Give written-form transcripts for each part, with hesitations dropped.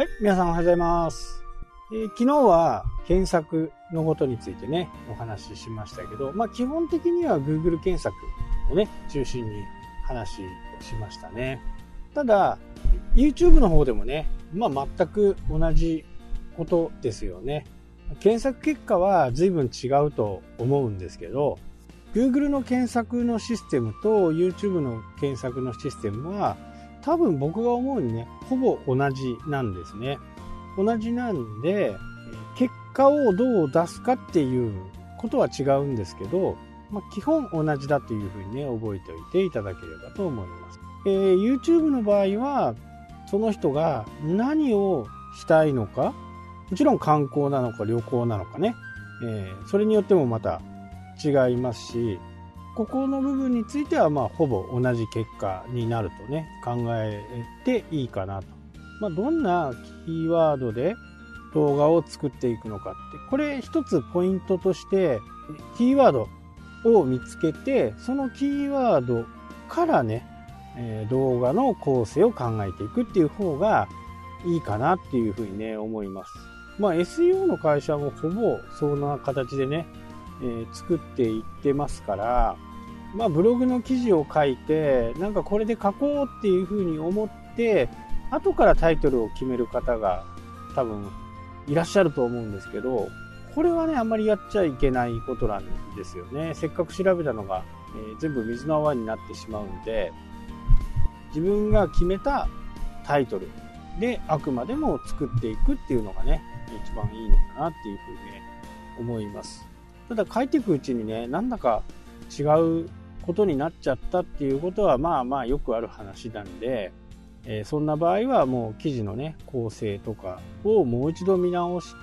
はい、皆さんおはようございます。昨日は検索のことについてね、お話ししましたけど、基本的には Google 検索をね、中心に話をしましたね。ただ、YouTube の方でもね、全く同じことですよね。検索結果は随分違うと思うんですけど、Google の検索のシステムと YouTube の検索のシステムは多分僕が思うにね、ほぼ同じなんですね。同じなんで、結果をどう出すかっていうことは違うんですけど、基本同じだというふうにね、覚えておいていただければと思います。YouTube の場合は、その人が何をしたいのか、もちろん観光なのか旅行なのかね、それによってもまた違いますし、ここの部分についてはほぼ同じ結果になるとね、考えていいかなと。どんなキーワードで動画を作っていくのかって、これ一つポイントとしてキーワードを見つけて、そのキーワードからね、動画の構成を考えていくっていう方がいいかなっていうふうにね、思います。SEO の会社もほぼそんな形でね、作っていってますから、ブログの記事を書いて、これで書こうっていうふうに思って後からタイトルを決める方が多分いらっしゃると思うんですけど、これはね、あんまりやっちゃいけないことなんですよね。せっかく調べたのが、全部水の泡になってしまうんで、自分が決めたタイトルであくまでも作っていくっていうのがね、一番いいのかなっていうふうにね、思います。ただ書いていくうちにね、なんだか違うことになっちゃったっていうことはよくある話なんで、そんな場合はもう記事のね、構成とかをもう一度見直して、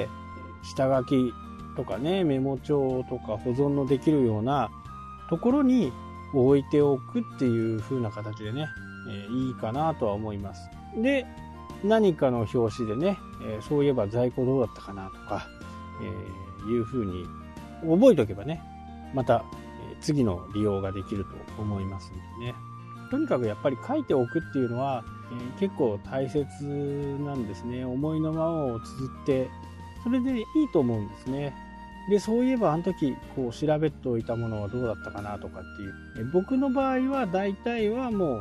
下書きとかね、メモ帳とか保存のできるようなところに置いておくっていう風な形でね、いいかなとは思います。で、何かの表紙でね、そういえば在庫どうだったかなとか、いう風に覚えておけばね、また次の利用ができると思いますのでね。とにかくやっぱり書いておくっていうのは、結構大切なんですね。思いのままを綴って、それでいいと思うんですね。で、そういえばあの時こう調べておいたものはどうだったかなとかっていう。僕の場合は大体はもう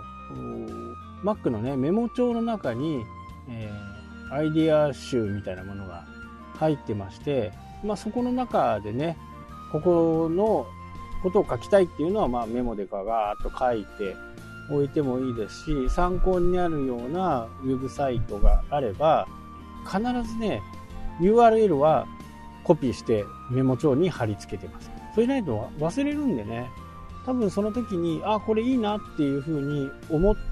Mac のね、メモ帳の中に、アイディア集みたいなものが入ってまして、そこの中でね、ここのことを書きたいっていうのはメモでガーッと書いておいてもいいですし、参考になるようなウェブサイトがあれば必ずね URL はコピーしてメモ帳に貼り付けてます。それないと忘れるんでね、多分その時にこれいいなっていうふうに思って、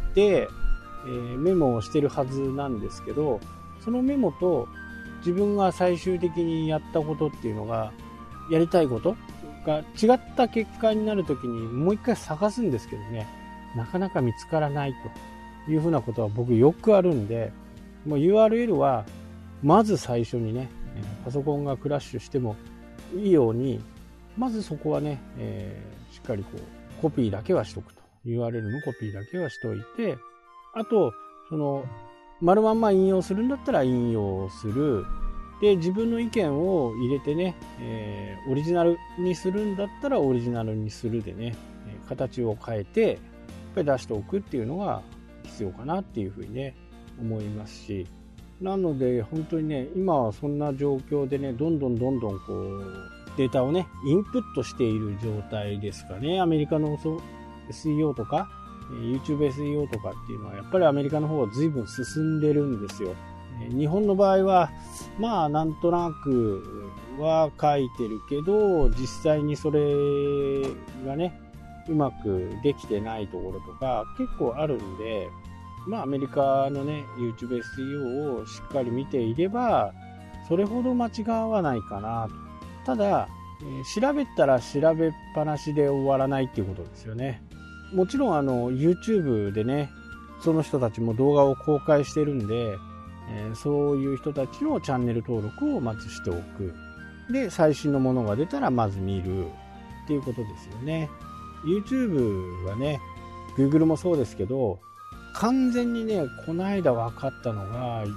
メモをしてるはずなんですけど、そのメモと自分が最終的にやったことっていうのが、やりたいことが違った結果になるときにもう一回探すんですけどね、なかなか見つからないというふうなことは僕よくあるんで、もう URL はまず最初にね、パソコンがクラッシュしてもいいように、まずそこはね、しっかりこうコピーだけはしとくと。URL のコピーだけはしといて、あとその丸まんま引用するんだったら引用する。で、自分の意見を入れてね、オリジナルにするんだったらオリジナルにするでね、形を変えてやっぱり出しておくっていうのが必要かなっていうふうにね、思いますし、なので本当にね、今はそんな状況でね、どんどんこうデータをね、インプットしている状態ですかね。アメリカのSEO とか YouTube SEO とかっていうのはやっぱりアメリカの方は随分進んでるんですよ。日本の場合はなんとなくは書いてるけど、実際にそれがねうまくできてないところとか結構あるんで、アメリカのね YouTube SEO をしっかり見ていればそれほど間違わないかなと。ただ、調べたら調べっぱなしで終わらないっていうことですよね。もちろんYouTube でね、その人たちも動画を公開してるんで、そういう人たちのチャンネル登録をまずしておく。で、最新のものが出たらまず見るっていうことですよね。YouTube はね、Google もそうですけど、完全にね、この間分かったのが、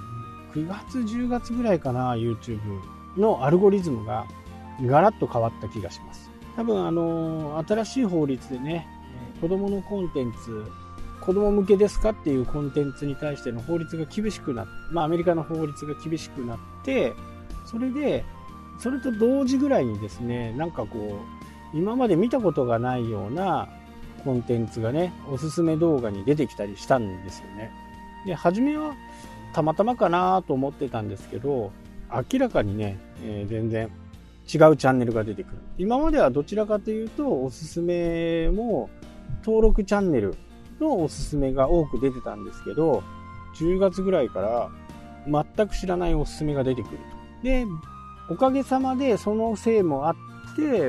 9月10月ぐらいかな、 YouTube のアルゴリズムがガラッと変わった気がします。多分新しい法律でね、子供のコンテンツ、子供向けですかっていうコンテンツに対しての法律が厳しくなって、アメリカの法律が厳しくなって、それと同時ぐらいにですね、なんかこう今まで見たことがないようなコンテンツがね、おすすめ動画に出てきたりしたんですよね。で、初めはたまたまかなと思ってたんですけど、明らかにね、全然違うチャンネルが出てくる。今まではどちらかというと、おすすめも登録チャンネルのおすすめが多く出てたんですけど、10月ぐらいから全く知らないおすすめが出てくると。で、おかげさまでそのせいもあって、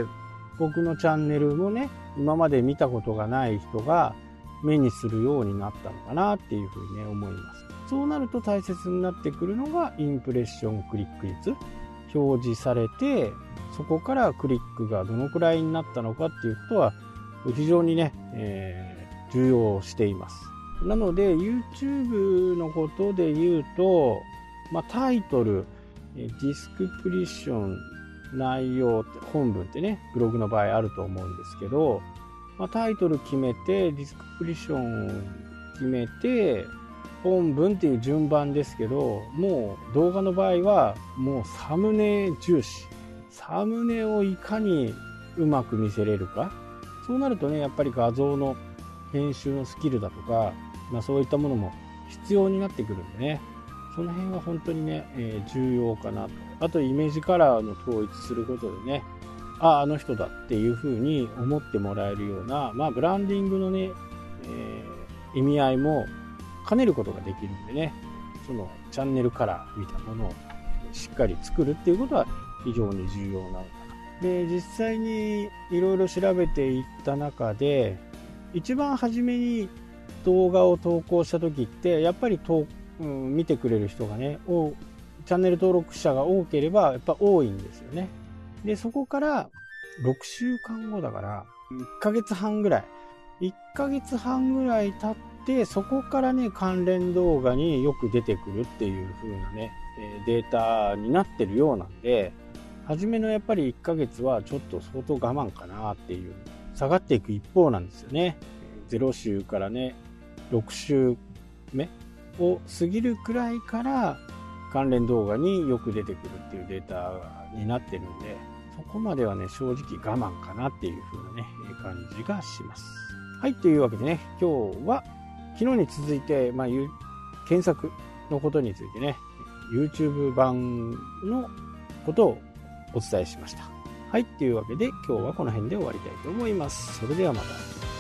僕のチャンネルもね、今まで見たことがない人が目にするようになったのかなっていうふうにね、思います。そうなると大切になってくるのがインプレッションクリック率。表示されて、そこからクリックがどのくらいになったのかっていうことは非常にね、重要しています。なので YouTube のことで言うと、タイトル、ディスクプリッション、内容って本文ってね、ブログの場合あると思うんですけど、タイトル決めて、ディスクプリッション決めて、本文っていう順番ですけど、もう動画の場合はもうサムネ重視。サムネをいかにうまく見せれるか。そうなるとね、やっぱり画像の編集のスキルだとか、そういったものも必要になってくるんでね、その辺は本当にね、重要かなと。あとイメージカラーの統一することでね、あの人だっていう風に思ってもらえるような、ブランディングのね、意味合いも兼ねることができるんでね、そのチャンネルカラーみたいなものをしっかり作るっていうことは非常に重要なのかな。で、実際にいろいろ調べていった中で、一番初めに動画を投稿した時って、やっぱり見てくれる人がね、チャンネル登録者が多ければやっぱ多いんですよね。で、そこから6週間後だから1ヶ月半ぐらい経ってそこからね、関連動画によく出てくるっていう風なね、データになってるようなんで、初めのやっぱり1ヶ月はちょっと相当我慢かなっていう、下がっていく一方なんですよね。0週からね、6週目を過ぎるくらいから関連動画によく出てくるっていうデータになってるんで、そこまではね、正直我慢かなっていう風なね、感じがします。はい、というわけでね、今日は昨日に続いて、検索のことについてね、YouTube 版のことをお伝えしました。はい、というわけで今日はこの辺で終わりたいと思います。それではまた。